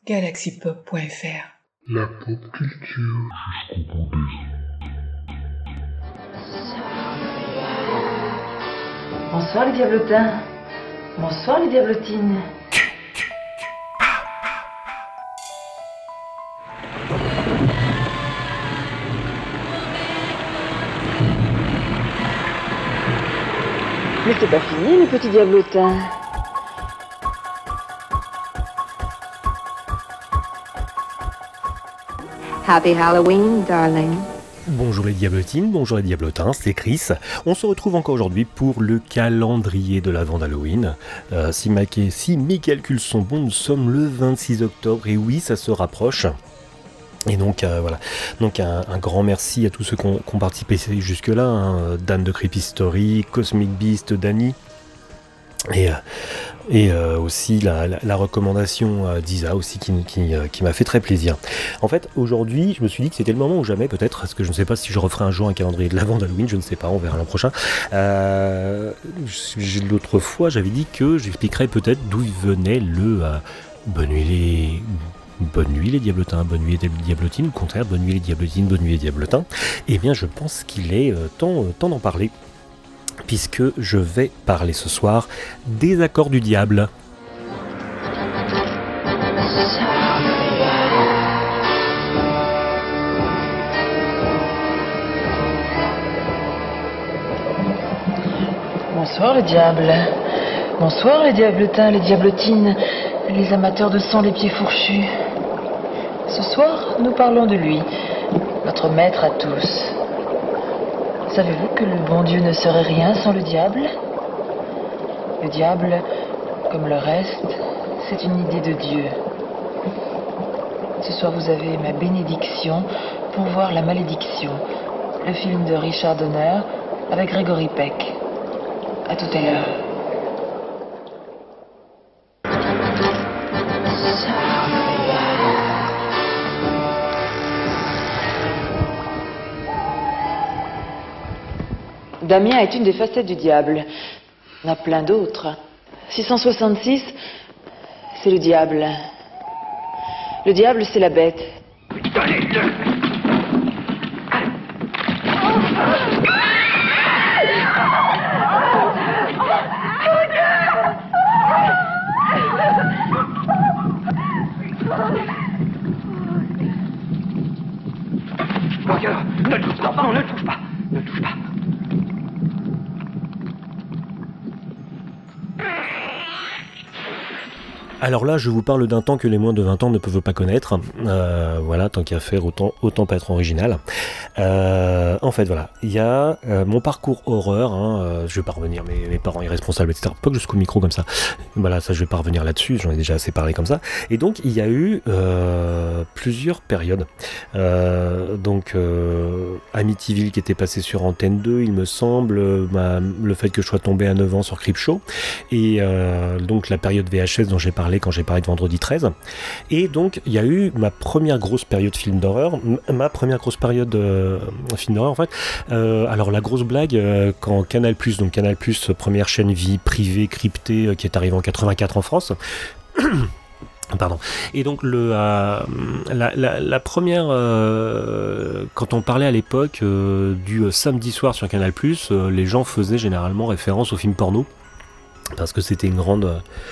Galaxypop.fr. La pop culture jusqu'au bout des ondes. Bonsoir les diablotins. Bonsoir les diablotines. Mais c'est pas fini les petits diablotins. Happy Halloween, darling. Bonjour les diablotines, bonjour les diablotins, c'est Chris. On se retrouve encore aujourd'hui pour le calendrier de l'avant d'Halloween. Si mes calculs sont bons, nous sommes le 26 octobre et oui, ça se rapproche. Et donc voilà, donc un grand merci à tous ceux qui ont participé jusque-là, hein. Dan de Creepy Story, Cosmic Beast, Danny. Et aussi la recommandation d'Isa aussi qui m'a fait très plaisir. En fait, aujourd'hui, je me suis dit que c'était le moment ou jamais, peut-être, parce que je ne sais pas si je referai un jour un calendrier de l'avant d'Halloween, je ne sais pas, on verra l'an prochain. L'autre fois, j'avais dit que j'expliquerais peut-être d'où il venait le bonne nuit les diablotins, bonne nuit les diablotines, au contraire, bonne nuit les diablotines, bonne nuit les diablotins. Eh bien, je pense qu'il est temps d'en parler, puisque je vais parler ce soir des accords du diable. Bonsoir les diables. Bonsoir les diablotins, les diablotines, les amateurs de sang, les pieds fourchus. Ce soir, nous parlons de lui, notre maître à tous. Savez-vous que le bon Dieu ne serait rien sans le diable ? Le diable, comme le reste, c'est une idée de Dieu. Ce soir, vous avez ma bénédiction pour voir La Malédiction, le film de Richard Donner avec Gregory Peck. À tout à l'heure. Damien est une des facettes du diable. Il y en a plein d'autres. 666, c'est le diable. Le diable, c'est la bête. Ne touche pas, enfant, ne touche pas, ne touche pas. Alors là, je vous parle d'un temps que les moins de 20 ans ne peuvent pas connaître. Voilà, tant qu'à faire, autant pas être original. En fait, voilà, il y a mon parcours horreur. Je vais pas revenir, mes parents irresponsables, etc. Pas que jusqu'au micro comme ça. Voilà, ça, je vais pas revenir là-dessus. J'en ai déjà assez parlé comme ça. Et donc, il y a eu plusieurs périodes. Amityville qui était passé sur Antenne 2, il me semble. Le fait que je sois tombé à 9 ans sur Creepshow. Et donc, la période VHS dont j'ai parlé quand j'ai parlé de Vendredi 13. Et donc, il y a eu ma première grosse période film d'horreur. Ma première grosse période film d'horreur, en fait. Alors, la grosse blague, quand Canal+, donc Canal+, première chaîne vie privée cryptée qui est arrivée en 84 en France. Pardon. Et donc la première, quand on parlait à l'époque du samedi soir sur Canal+, les gens faisaient généralement référence aux films porno. Parce que c'était une grande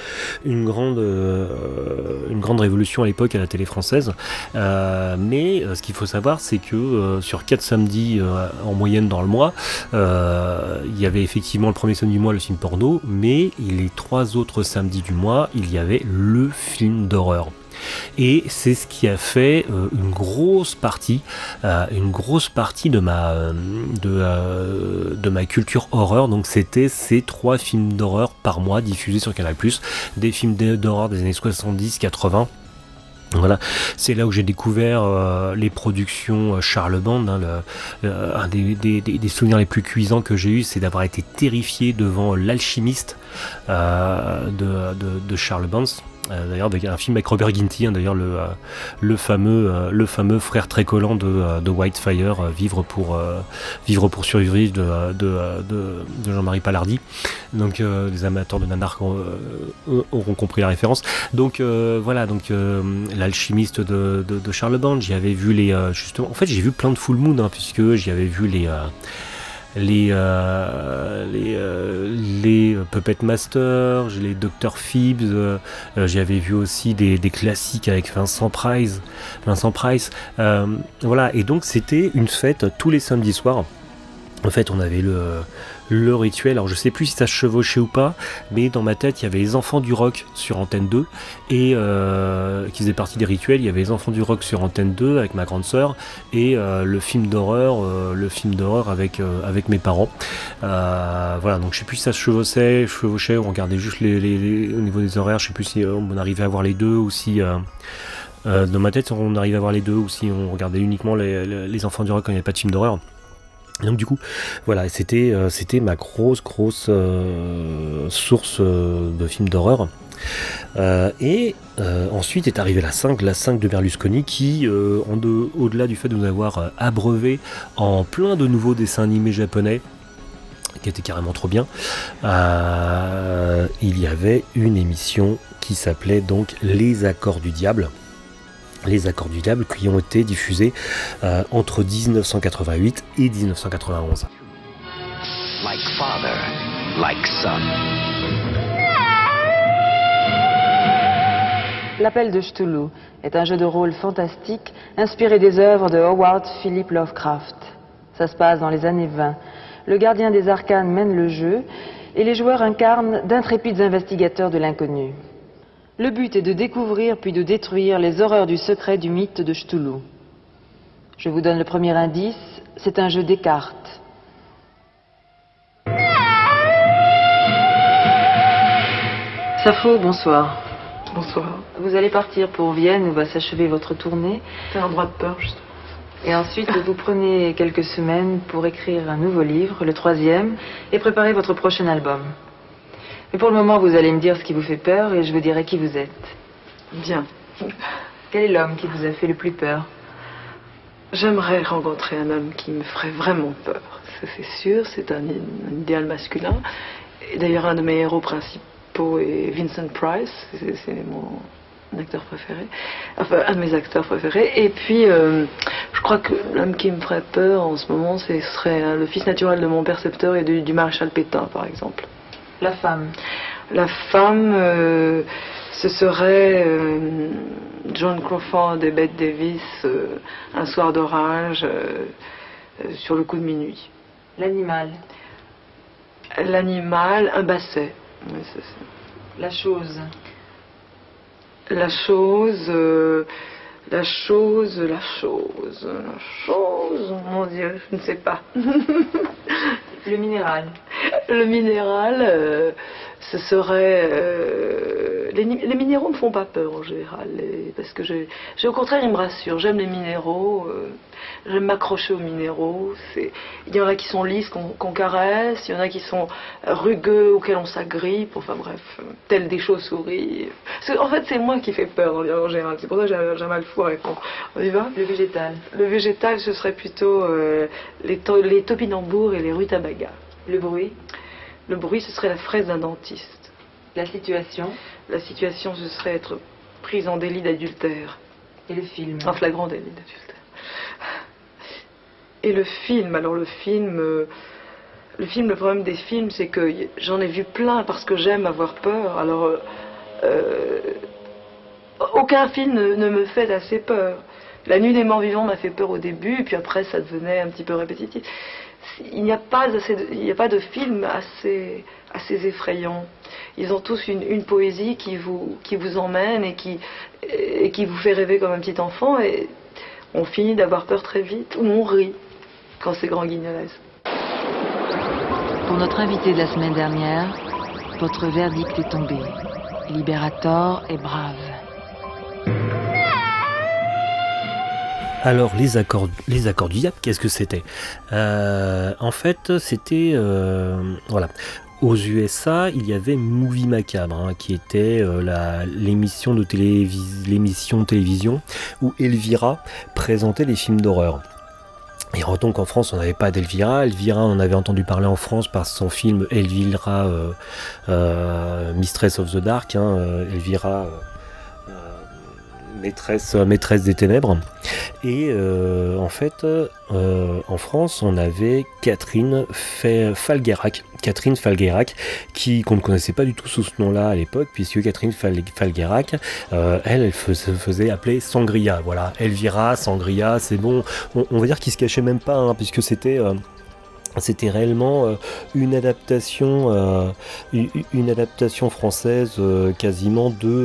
révolution à l'époque à la télé française. Mais ce qu'il faut savoir, c'est que sur 4 samedis en moyenne dans le mois, il y avait effectivement le premier samedi du mois le film porno, mais les 3 autres samedis du mois, il y avait le film d'horreur. Et c'est ce qui a fait une grosse partie de ma culture horreur. Donc c'était ces 3 films d'horreur par mois diffusés sur Canal+, des films d'horreur des années 70-80. Voilà, c'est là où j'ai découvert les productions Charles Band. Un des souvenirs les plus cuisants que j'ai eu, c'est d'avoir été terrifié devant L'Alchimiste de Charles Band. d'ailleurs avec un film avec Robert Ginty, hein, d'ailleurs le fameux frère très collant de Whitefire, vivre pour survivre de Jean-Marie Palardi. Donc les amateurs de nanar auront compris la référence. Donc voilà, donc l'alchimiste de Charles Band, j'y avais vu justement, en fait j'ai vu plein de Full Moon, hein, puisque j'y avais vu les Puppet Master, les Dr Phibbs, j'avais vu aussi des classiques avec Vincent Price, voilà, et donc c'était une fête tous les samedis soirs. En fait, on avait le rituel, alors je sais plus si ça se chevauchait ou pas, mais dans ma tête, il y avait les Enfants du Rock sur Antenne 2, et qui faisaient partie des rituels. Il y avait les Enfants du Rock sur Antenne 2 avec ma grande sœur, et le film d'horreur avec mes parents. Voilà, donc je sais plus si ça se chevauchait, on regardait juste au niveau des horaires, je sais plus si on arrivait à voir les deux, ou si... dans ma tête, on arrivait à voir les deux, ou si on regardait uniquement les Enfants du Rock quand il n'y avait pas de film d'horreur. Donc du coup, voilà, c'était ma grosse source de films d'horreur. Et ensuite est arrivée la 5 de Berlusconi, qui, au-delà du fait de nous avoir abreuvé en plein de nouveaux dessins animés japonais, qui était carrément trop bien, il y avait une émission qui s'appelait donc Les Accords du Diable. Les Accords du Diable, qui ont été diffusés entre 1988 et 1991. Like father, like son. L'Appel de Cthulhu est un jeu de rôle fantastique inspiré des œuvres de Howard Philip Lovecraft. Ça se passe dans les années 20. Le gardien des arcanes mène le jeu et les joueurs incarnent d'intrépides investigateurs de l'inconnu. Le but est de découvrir puis de détruire les horreurs du secret du mythe de Cthulhu. Je vous donne le premier indice, c'est un jeu des cartes. Sappho, bonsoir. Bonsoir. Vous allez partir pour Vienne où va s'achever votre tournée. C'est un droit de peur, juste. Et ensuite, vous prenez quelques semaines pour écrire un nouveau livre, le 3e, et préparer votre prochain album. Mais pour le moment, vous allez me dire ce qui vous fait peur et je vous dirai qui vous êtes. Bien. Quel est l'homme qui vous a fait le plus peur? J'aimerais rencontrer un homme qui me ferait vraiment peur. Ça, c'est sûr, c'est un idéal masculin. Et d'ailleurs, un de mes héros principaux est Vincent Price. C'est mon acteur préféré. Enfin, un de mes acteurs préférés. Et puis, je crois que l'homme qui me ferait peur en ce moment, ce serait le fils naturel de mon percepteur et du maréchal Pétain, par exemple. La femme. La femme, ce serait John Crawford et Bette Davis, un soir d'orage, sur le coup de minuit. L'animal. L'animal, un basset. Oui, c'est ça. La chose. La chose, mon Dieu, je ne sais pas. Le minéral. Le minéral, ce serait... les minéraux me font pas peur en général, parce que au contraire, ils me rassurent. J'aime les minéraux, j'aime m'accrocher aux minéraux. Il y en a qui sont lisses, qu'on caresse, il y en a qui sont rugueux, auxquels on s'agrippe, enfin bref, tels des chauves-souris. En fait, c'est moi qui fais peur en général, c'est pour ça que j'ai mal fou à répondre. On y va? Le végétal. Le végétal, ce serait plutôt les topinambours et les rutabagas. Le bruit. Le bruit, ce serait la fraise d'un dentiste. La situation. La situation, ce serait être prise en délit d'adultère. Et le film. En flagrant délit d'adultère. Et le film, alors le film, le problème des films, c'est que j'en ai vu plein parce que j'aime avoir peur. Alors, aucun film ne me fait assez peur. La Nuit des Morts Vivants m'a fait peur au début, puis après ça devenait un petit peu répétitif. Il n'y a pas de film assez effrayant. Ils ont tous une poésie qui vous emmène et qui vous fait rêver comme un petit enfant, et on finit d'avoir peur très vite, ou on rit quand c'est grand guignolaise. Pour notre invité de la semaine dernière, votre verdict est tombé. Liberator est brave. Alors les accords du diable, qu'est-ce que c'était? En fait, c'était voilà. aux USA, il y avait Movie Macabre, hein, qui était l'émission de télévision où Elvira présentait les films d'horreur. Et donc en France, on n'avait pas d'Elvira. Elvira, on avait entendu parler en France par son film Elvira, Mistress of the Dark, hein, Elvira, maîtresse des ténèbres. Et en fait, en France, on avait Catherine Falgueyrac, qu'on ne connaissait pas du tout sous ce nom-là à l'époque, puisque Catherine Falgueyrac, elle se faisait appeler Sangria. Voilà, Elvira, Sangria, c'est bon. On va dire qu'il se cachait même pas, hein, puisque c'était réellement une adaptation française quasiment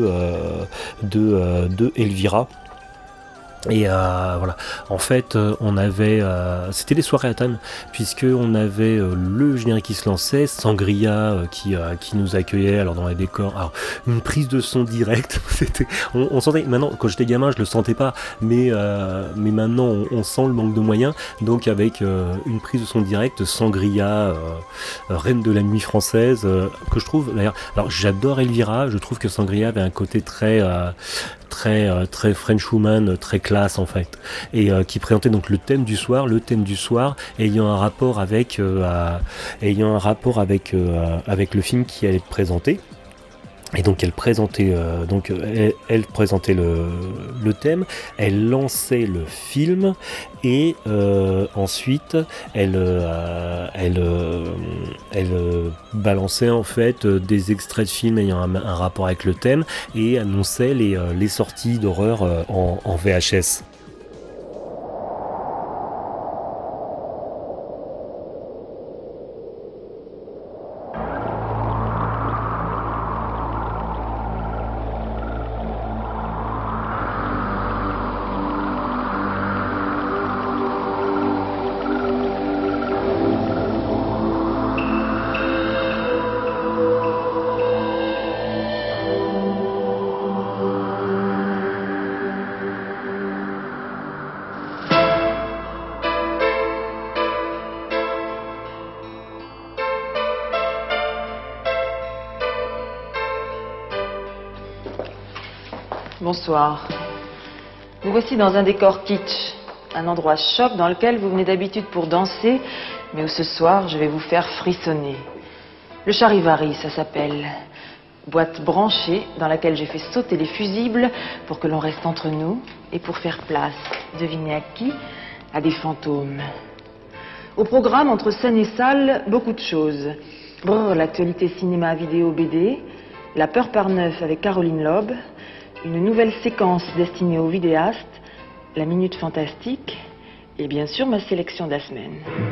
de Elvira. Et voilà, en fait, on avait, c'était des soirées à thème, puisque on avait le générique qui se lançait, Sangria qui nous accueillait, alors dans les décors, alors une prise de son directe, on sentait, maintenant quand j'étais gamin je le sentais pas, mais maintenant on sent le manque de moyens, donc avec une prise de son directe, Sangria, reine de la nuit française, que je trouve, d'ailleurs, alors j'adore Elvira, je trouve que Sangria avait un côté très Frenchwoman, très classe en fait, et qui présentait donc le thème du soir ayant un rapport avec le film qui allait être présenté. Et donc elle présentait elle présentait le thème, elle lançait le film et ensuite elle balançait en fait des extraits de films ayant un rapport avec le thème et annonçait les sorties d'horreur en VHS. Bonsoir. Nous voici dans un décor kitsch, un endroit choc dans lequel vous venez d'habitude pour danser, mais où ce soir je vais vous faire frissonner. Le Charivari, ça s'appelle. Boîte branchée dans laquelle j'ai fait sauter les fusibles pour que l'on reste entre nous et pour faire place, devinez à qui? À des fantômes. Au programme, entre scène et salle, beaucoup de choses. L'actualité cinéma, vidéo, BD, la peur par neuf avec Caroline Loeb, une nouvelle séquence destinée aux vidéastes, la minute fantastique et bien sûr ma sélection de la semaine.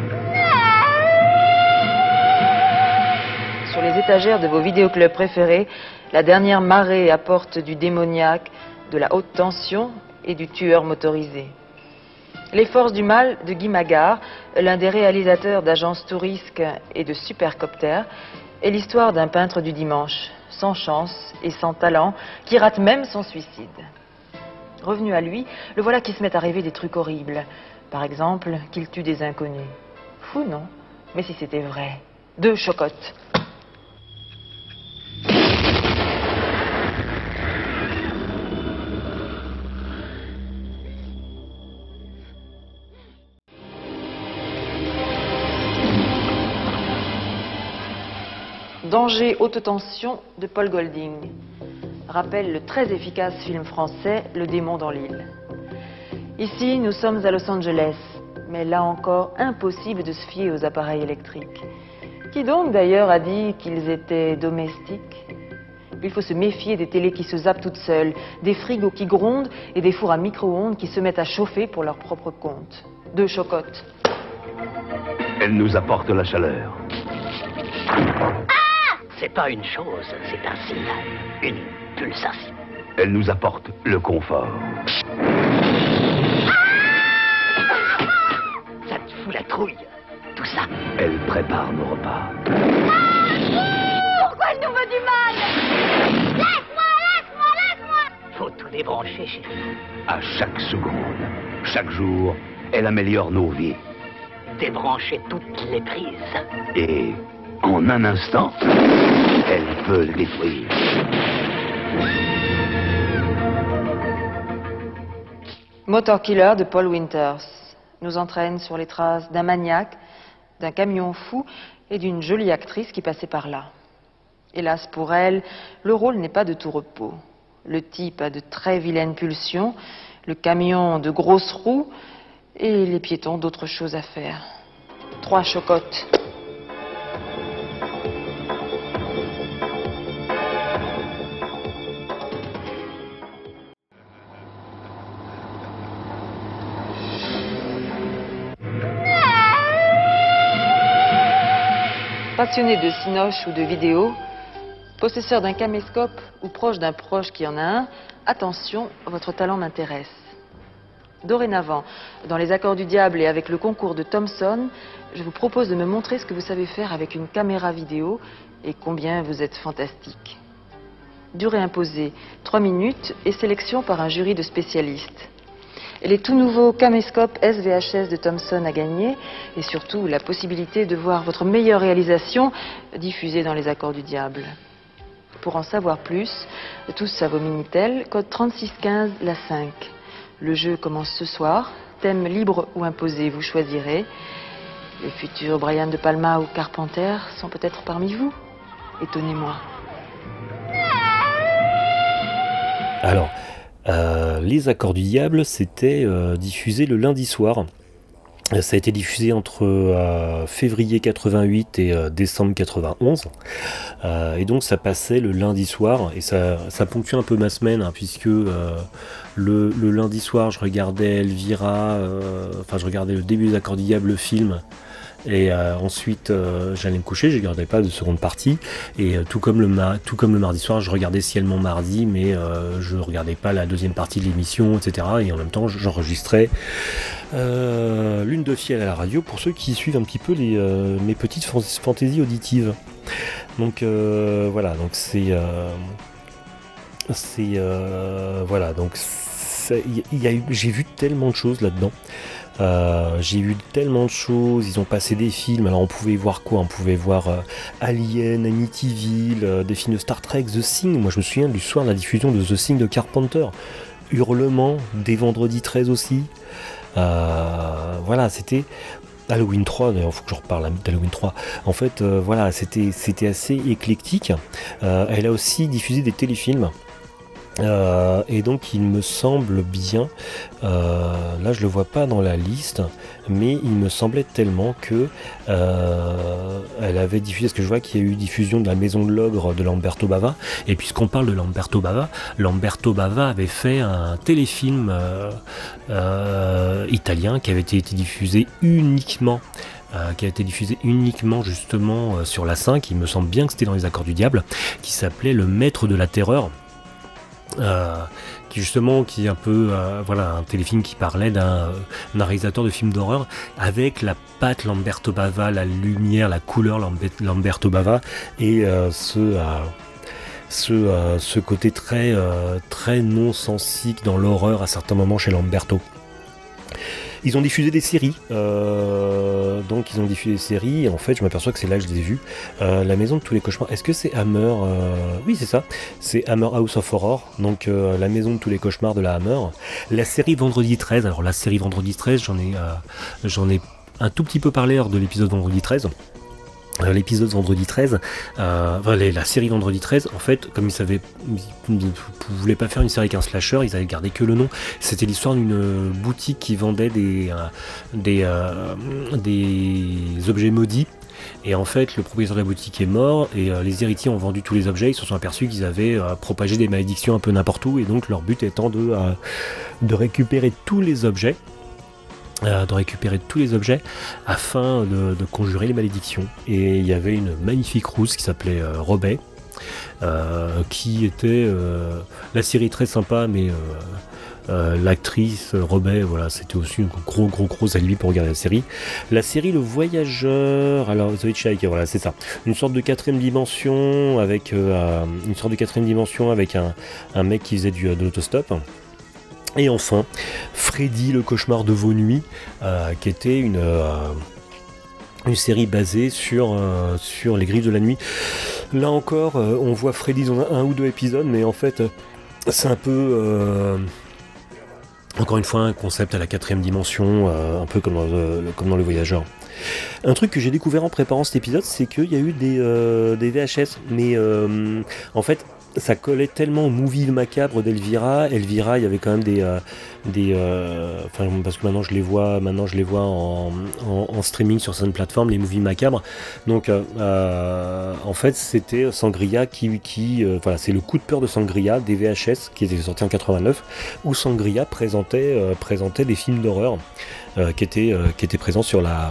Sur les étagères de vos vidéoclubs préférés, la dernière marée apporte du démoniaque, de la haute tension et du tueur motorisé. Les forces du mal de Guy Magard, l'un des réalisateurs d'Agence Tourisque et de Supercopter, est l'histoire d'un peintre du dimanche, sans chance et sans talent, qui rate même son suicide. Revenu à lui, le voilà qui se met à rêver des trucs horribles. Par exemple, qu'il tue des inconnus. Fou, non? Mais si c'était vrai. 2 chocottes. Danger haute tension de Paul Golding rappelle le très efficace film français Le démon dans l'île. Ici, nous sommes à Los Angeles, mais là encore, impossible de se fier aux appareils électriques. Qui donc d'ailleurs a dit qu'ils étaient domestiques? Il faut se méfier des télés qui se zappent toutes seules, des frigos qui grondent et des fours à micro-ondes qui se mettent à chauffer pour leur propre compte. 2 chocottes. Elle nous apporte la chaleur. C'est pas une chose, c'est un signal, une pulsation. Elle nous apporte le confort. Ça te fout la trouille, tout ça. Elle prépare nos repas. Pourquoi elle nous veut du mal? Laisse-moi! Faut tout débrancher, chérie. À chaque seconde, chaque jour, elle améliore nos vies. Débrancher toutes les prises. Et En un instant, elle peut le détruire. Motor Killer de Paul Winters nous entraîne sur les traces d'un maniaque, d'un camion fou et d'une jolie actrice qui passait par là. Hélas pour elle, le rôle n'est pas de tout repos. Le type a de très vilaines pulsions, le camion de grosses roues et les piétons d'autres choses à faire. 3 chocottes. Passionné de cinoche ou de vidéo, possesseur d'un caméscope ou proche d'un proche qui en a un, attention, votre talent m'intéresse. Dorénavant, dans les accords du diable et avec le concours de Thomson, je vous propose de me montrer ce que vous savez faire avec une caméra vidéo et combien vous êtes fantastique. Durée imposée, 3 minutes et sélection par un jury de spécialistes. Et les tout nouveaux caméscopes SVHS de Thomson à gagner et surtout la possibilité de voir votre meilleure réalisation diffusée dans les accords du diable. Pour en savoir plus, tous à vos Minitel, code 3615 la 5. Le jeu commence ce soir, thème libre ou imposé, vous choisirez. Les futurs Brian De Palma ou Carpenter sont peut-être parmi vous. Étonnez-moi. Alors, les accords du diable, c'était diffusé le lundi soir. Ça a été diffusé entre février 88 et décembre 91. Et donc ça passait le lundi soir. Et ça ponctue un peu ma semaine, hein, puisque le lundi soir, je regardais Elvira, je regardais le début des accords du diable, le film. Et ensuite j'allais me coucher, je regardais pas de seconde partie, et tout comme le mardi soir, je regardais Ciel mon mardi, mais je regardais pas la deuxième partie de l'émission, etc. Et en même temps j'enregistrais Lune de fiel à la radio pour ceux qui suivent un petit peu mes petites fantaisies auditives. Donc voilà, donc j'ai vu tellement de choses là-dedans. J'ai vu tellement de choses, ils ont passé des films, alors on pouvait voir quoi? On pouvait voir Alien, Amityville, des films de Star Trek, The Thing. Moi je me souviens du soir de la diffusion de The Thing de Carpenter, Hurlement, des Vendredi 13 aussi. Voilà, c'était Halloween 3, d'ailleurs il faut que je reparle d'Halloween 3. En fait, voilà, c'était assez éclectique. Elle a aussi diffusé des téléfilms. Et donc il me semble bien, là je le vois pas dans la liste, mais il me semblait tellement que elle avait diffusé, parce que je vois qu'il y a eu diffusion de La Maison de l'Ogre de Lamberto Bava. Et puisqu'on parle de Lamberto Bava avait fait un téléfilm italien qui avait été diffusé uniquement justement sur la 5, il me semble bien que c'était dans les accords du diable, qui s'appelait Le Maître de la Terreur. Qui est un peu un téléfilm qui parlait d'un réalisateur de films d'horreur avec la patte Lamberto Bava, la lumière, la couleur Lamberto Bava, et ce côté très non sensique dans l'horreur à certains moments chez Lamberto. Ils ont diffusé des séries, et en fait je m'aperçois que c'est là que je les ai vus. La Maison de tous les cauchemars, est-ce que c'est Hammer? Oui, c'est ça, c'est Hammer House of Horror, donc La Maison de tous les cauchemars de la Hammer. La série Vendredi 13, alors la série Vendredi 13, j'en ai un tout petit peu parlé lors de l'épisode Vendredi 13. L'épisode Vendredi 13, la série Vendredi 13, en fait, comme ils voulaient pas faire une série avec un slasher, ils avaient gardé que le nom. C'était l'histoire d'une boutique qui vendait des objets maudits. Et en fait, le propriétaire de la boutique est mort, et les héritiers ont vendu tous les objets. Ils se sont aperçus qu'ils avaient propagé des malédictions un peu n'importe où, et donc leur but étant de récupérer tous les objets. Afin de conjurer les malédictions. Et il y avait une magnifique rousse qui s'appelait Robet, qui était la série très sympa, mais l'actrice Robet, voilà, c'était aussi un gros alibi pour regarder la série. La série Le Voyageur, alors The Hitchhiker, voilà, c'est ça, une sorte de quatrième dimension avec un mec qui faisait de l'autostop. Et enfin, Freddy, le cauchemar de vos nuits, qui était une série basée sur les Griffes de la Nuit. Là encore, on voit Freddy dans un ou deux épisodes, mais en fait, c'est un peu... encore une fois, un concept à la 4e dimension, un peu comme dans Le Voyageur. Un truc que j'ai découvert en préparant cet épisode, c'est qu'il y a eu des VHS, mais en fait, ça collait tellement au movie macabre d'Elvira. Elvira, il y avait quand même parce que maintenant je les vois en streaming sur certaines plateformes, les movies macabres. Donc en fait, c'était Sangria c'est le coup de peur de Sangria des VHS qui était sorti en 89, où Sangria présentait des films d'horreur qui étaient présents sur la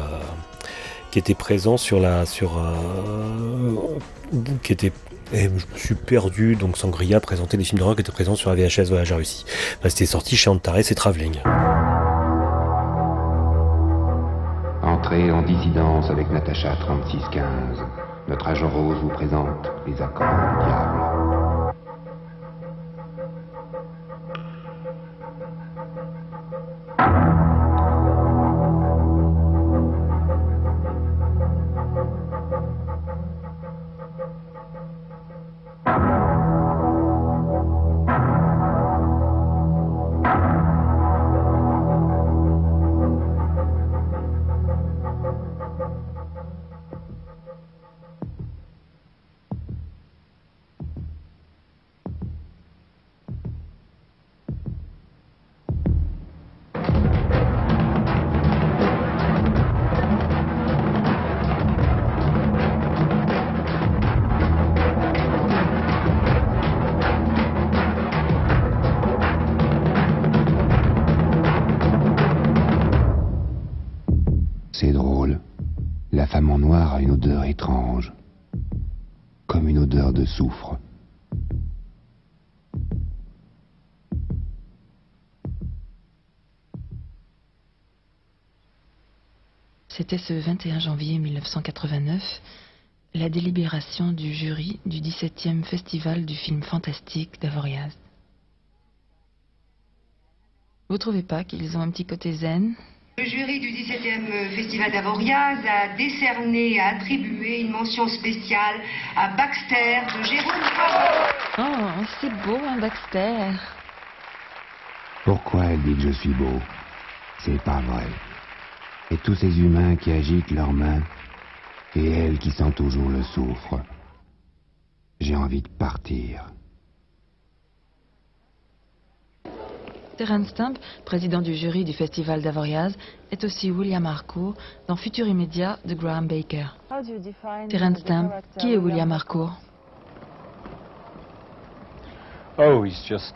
je me suis perdu, donc Sangria présentait des films d'horreur qui étaient présents sur la VHS Voyageur Russie. C'était sorti chez Antares et Travelling. Entrez en dissidence avec Natacha 3615. Notre agent rose vous présente les accords du diable. C'est drôle. La femme en noir a une odeur étrange. Comme une odeur de soufre. C'était ce 21 janvier 1989, la délibération du jury du 17e Festival du film fantastique d'Avoriaz. Vous trouvez pas qu'ils ont un petit côté zen ? Le jury du 17e Festival d'Avoriaz a attribué une mention spéciale à Baxter de Jérôme Favre. Oh, c'est beau, un Baxter. Pourquoi elle dit que je suis beau? C'est pas vrai. Et tous ces humains qui agitent leurs mains, et elle qui sent toujours le soufre. J'ai envie de partir. Terence Stamp, président du jury du Festival d'Avoriaz, est aussi William Harcourt dans Futur immédiat de Graham Baker. Terence Stamp, qui est William Harcourt? Oh, he's just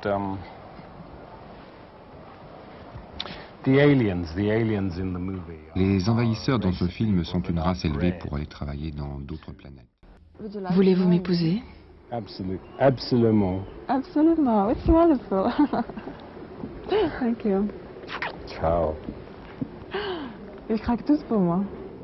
the aliens in the movie. Les envahisseurs dans ce film sont une race élevée pour aller travailler dans d'autres planètes. Voulez-vous m'épouser? Absolument. Absolument, it's wonderful. Thank you. Ciao. Ils craquent tous pour moi.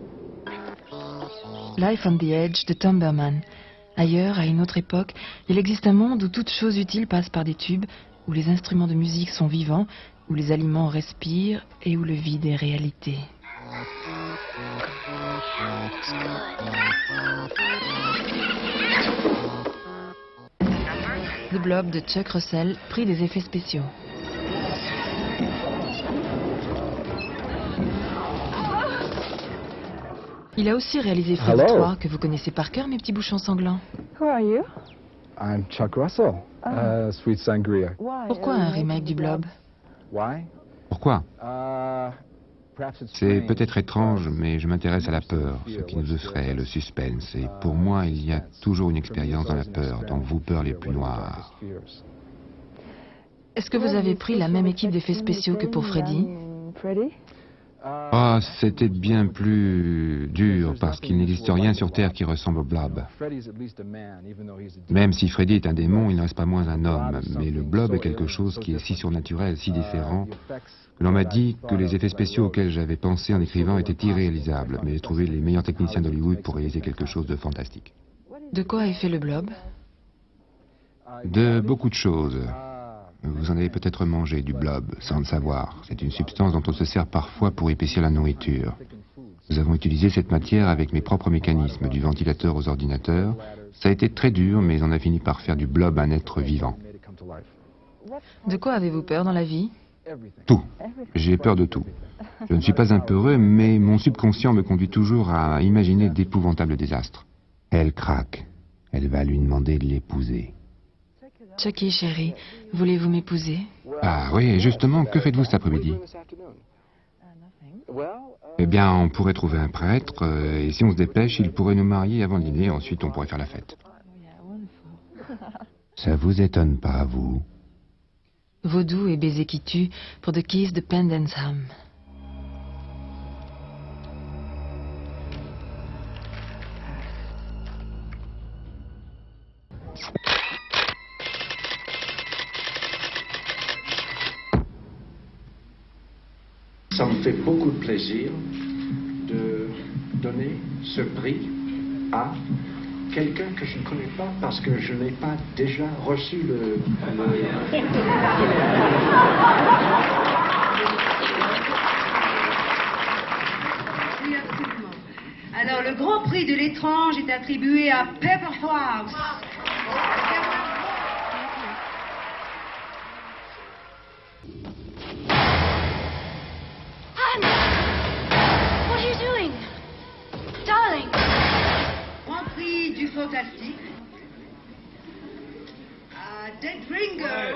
Life on the Edge de Tom Berman. Ailleurs, à une autre époque, il existe un monde où toute chose utile passe par des tubes, où les instruments de musique sont vivants, où les aliments respirent et où le vide est réalité. The Blob de Chuck Russell, prix des effets spéciaux. Il a aussi réalisé Freddy 3, que vous connaissez par cœur, mes petits bouchons sanglants. Who are you? I'm Chuck Russell. Sweet Sangria. Pourquoi un remake du Blob? Pourquoi? C'est peut-être étrange, mais je m'intéresse à la peur, ce qui nous effraie, le suspense. Et pour moi, il y a toujours une expérience dans la peur, dans vos peurs les plus noires. Est-ce que vous avez pris la même équipe d'effets spéciaux que pour Freddy? Ah, c'était bien plus dur, parce qu'il n'existe rien sur Terre qui ressemble au Blob. Même si Freddy est un démon, il ne reste pas moins un homme. Mais le Blob est quelque chose qui est si surnaturel, si différent, que l'on m'a dit que les effets spéciaux auxquels j'avais pensé en écrivant étaient irréalisables. Mais j'ai trouvé les meilleurs techniciens d'Hollywood pour réaliser quelque chose de fantastique. De quoi est fait le Blob? De beaucoup de choses. Vous en avez peut-être mangé du blob, sans le savoir. C'est une substance dont on se sert parfois pour épaissir la nourriture. Nous avons utilisé cette matière avec mes propres mécanismes, du ventilateur aux ordinateurs. Ça a été très dur, mais on a fini par faire du blob un être vivant. De quoi avez-vous peur dans la vie? Tout. J'ai peur de tout. Je ne suis pas un peureux, mais mon subconscient me conduit toujours à imaginer d'épouvantables désastres. Elle craque. Elle va lui demander de l'épouser. Chucky, chérie, voulez-vous m'épouser? Ah oui, justement, que faites-vous cet après-midi? Eh bien, on pourrait trouver un prêtre, et si on se dépêche, il pourrait nous marier avant le dîner, ensuite on pourrait faire la fête. Ça vous étonne pas, vous? Vaudou et baiser qui tue pour The Kiss de Pendensham. Ça me fait beaucoup de plaisir de donner ce prix à quelqu'un que je ne connais pas parce que je n'ai pas déjà reçu le... Oui, absolument. Alors, le grand prix de l'étrange est attribué à Pepperhouse. What are you doing? Darling! Grand prix du fantastique à Dead Ringer.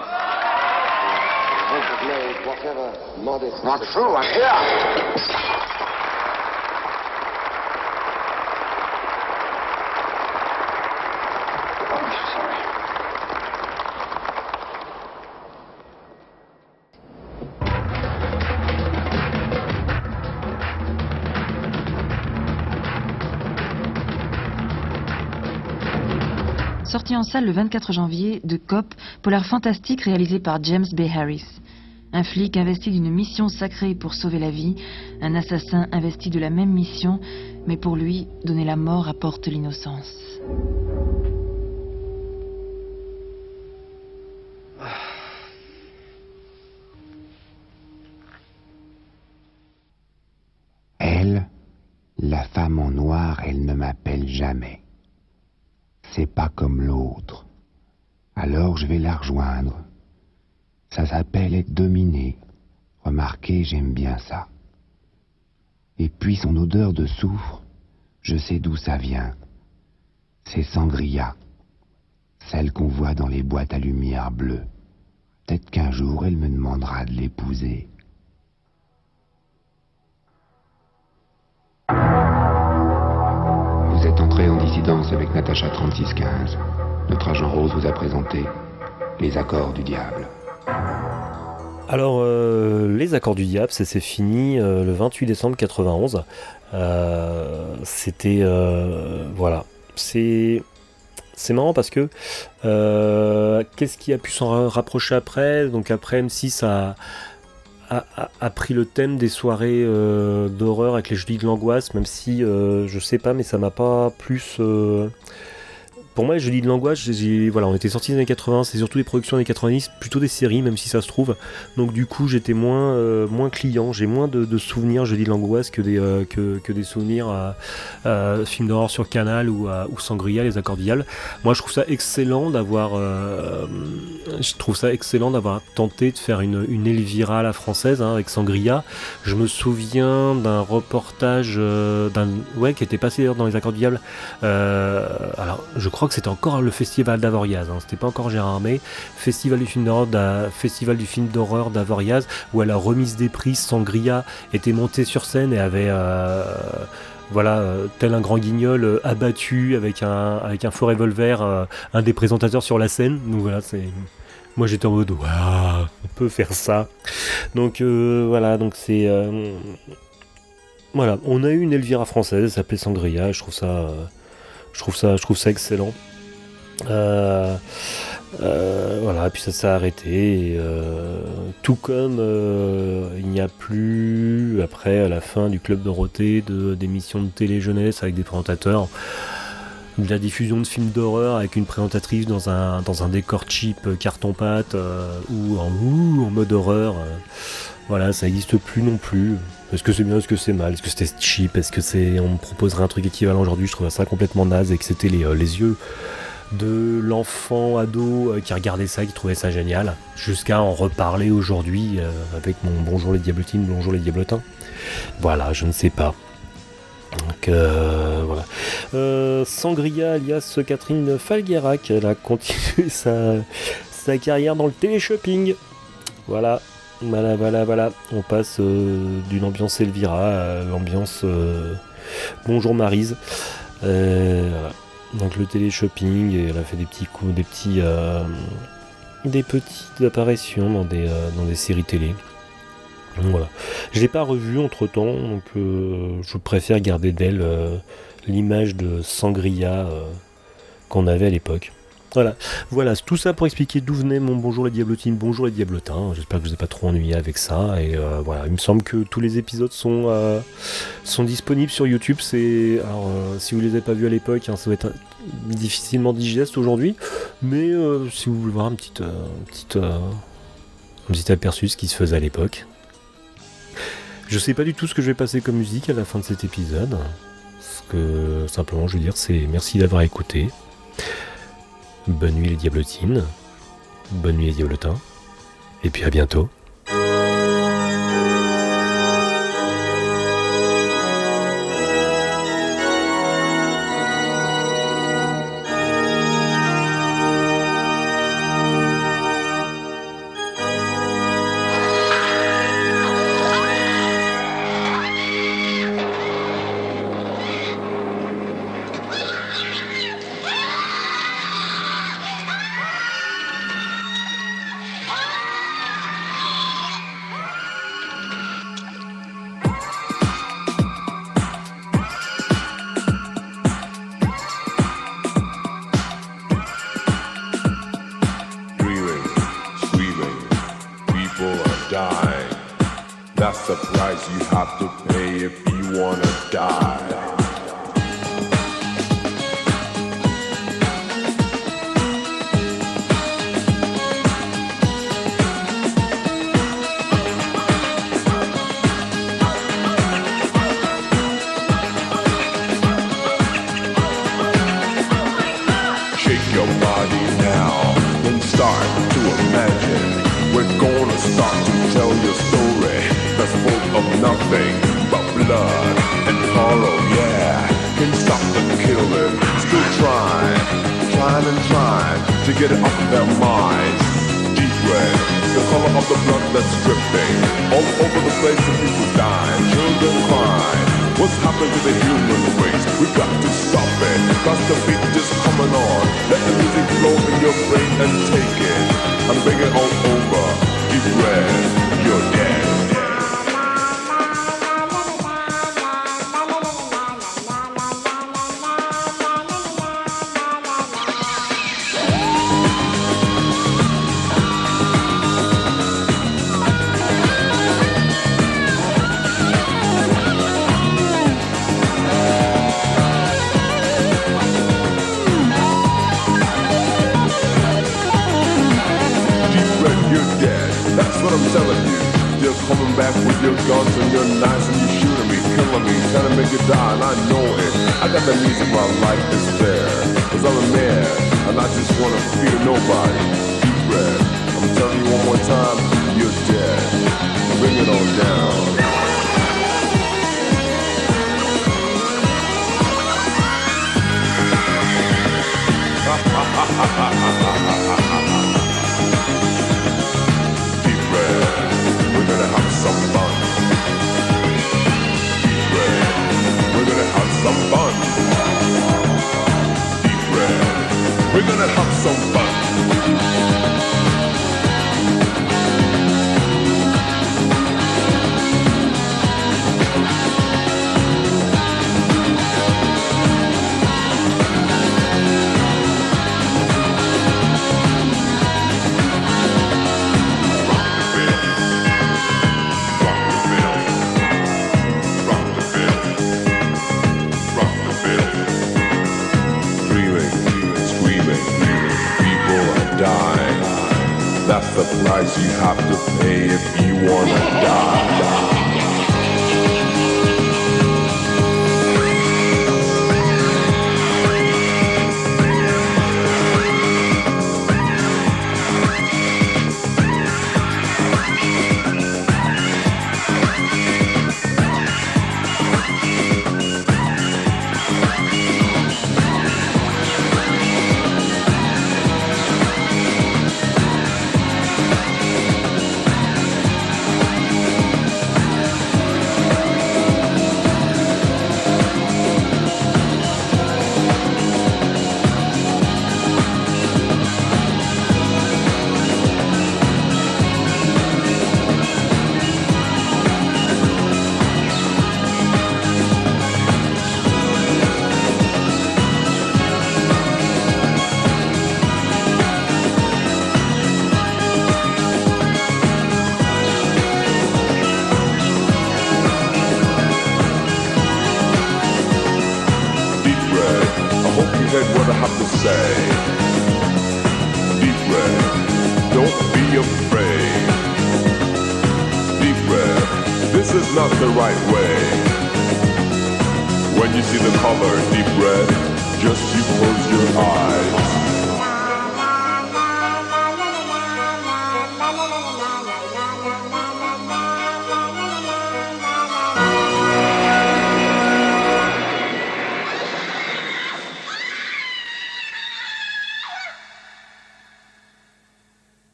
Not true, I'm here! Sorti en salle le 24 janvier, de Cop, polar fantastique réalisé par James B. Harris. Un flic investi d'une mission sacrée pour sauver la vie, un assassin investi de la même mission, mais pour lui, donner la mort apporte l'innocence. Elle, la femme en noir, elle ne m'appelle jamais. C'est pas comme l'autre. Alors je vais la rejoindre. Ça s'appelle être dominé. Remarquez, j'aime bien ça. Et puis son odeur de soufre, je sais d'où ça vient. C'est Sangria. Celle qu'on voit dans les boîtes à lumière bleue. Peut-être qu'un jour elle me demandera de l'épouser. Vous êtes entré en dissidence avec Natacha 3615. Notre agent Rose vous a présenté les accords du diable. Alors, les accords du diable, ça s'est fini le 28 décembre 91. C'était... voilà. C'est marrant parce que... qu'est-ce qui a pu s'en rapprocher après? Donc après, M6 a pris le thème des soirées d'horreur avec les jeudis de l'angoisse, même si, je sais pas, mais ça m'a pas plus... Pour moi, les jeudis de l'angoisse, voilà, on était sortis des années 80, c'est surtout des productions des années 90, plutôt des séries, même si ça se trouve. Donc du coup, j'étais moins client, j'ai moins de souvenirs jeudi de l'angoisse que des souvenirs à films d'horreur sur Canal ou Sangria, les accords du diable. Moi, je trouve ça excellent d'avoir tenté de faire une Elvira à la française, hein, avec Sangria. Je me souviens d'un reportage qui était passé d'ailleurs dans les accords du diable. Alors, je crois que c'était encore le festival d'Avoriaz, hein, c'était pas encore Gérard May, festival du film d'horreur d'Avoriaz, où à la remise des prix, Sangria était monté sur scène et avait tel un grand guignol abattu avec un faux revolver, un des présentateurs sur la scène. Donc voilà, moi j'étais en mode waouh, on peut faire ça. Donc donc c'est voilà, on a eu une Elvira française, elle s'appelait Sangria, je trouve ça excellent. Voilà, et puis ça s'est arrêté. Et, tout comme il n'y a plus, après, à la fin du Club Dorothée, d'émissions de télé jeunesse avec des présentateurs, de la diffusion de films d'horreur avec une présentatrice dans un décor cheap carton-pâte ou en mode horreur. Voilà, ça n'existe plus non plus. Est-ce que c'est bien, est-ce que c'est mal, est-ce que c'était cheap, est-ce que c'est... On me proposerait un truc équivalent aujourd'hui, je trouve ça complètement naze et que c'était les yeux de l'enfant ado qui regardait ça, qui trouvait ça génial, jusqu'à en reparler aujourd'hui avec mon Bonjour les Diablotines, Bonjour les Diablotins. Voilà, je ne sais pas. Donc voilà. Sangria alias Catherine Falguerac, elle a continué sa carrière dans le téléshopping. Voilà. On passe d'une ambiance Elvira à l'ambiance Bonjour Maryse. Voilà. Donc le téléshopping, et elle a fait des petits coups, des petites apparitions dans des séries télé. Donc voilà. Je l'ai pas revu entre temps, donc je préfère garder d'elle l'image de Sangria qu'on avait à l'époque. Voilà, c'est tout ça pour expliquer d'où venait mon Bonjour les Diablotines, Bonjour les Diablotins. J'espère que je vous ai pas trop ennuyé avec ça. Et voilà, il me semble que tous les épisodes sont disponibles sur YouTube. Alors, si vous les avez pas vus à l'époque, ça va être difficilement digeste aujourd'hui. Mais si vous voulez voir un petit aperçu de ce qui se faisait à l'époque. Je sais pas du tout ce que je vais passer comme musique à la fin de cet épisode. Ce que simplement je veux dire, c'est merci d'avoir écouté. Bonne nuit les Diablotines, bonne nuit les Diablotins, et puis à bientôt. That's the price you have to pay if you wanna die. Shake your body now, then start to imagine. We're gonna start to tell your story that's full of nothing but blood and horror, yeah. Can't stop the killing, still trying to get it off their minds. Deep red, the color of the blood that's dripping all over the place and people dying, children crying. What's happened to the human race? We've got to stop it, cause the beat is coming on. Let the music flow in your brain and take it and bring it all over. Deep red, you're dead. I'm telling you, you're coming back with your guns and your knives and you're shooting me, killing me, trying to make you die, and I know it. I got the music, my life is fair, cause I'm a man, and I just wanna fear nobody. Deep red, I'm telling you one more time, you're dead. Bring it on down. We're gonna have some fun. Deep red, we're gonna have some fun. Deep red, we're gonna have some fun. wanna die. What I have to say. Deep breath, don't be afraid. Deep breath, this is not the right way. When you see the color, deep red, just you close your eyes.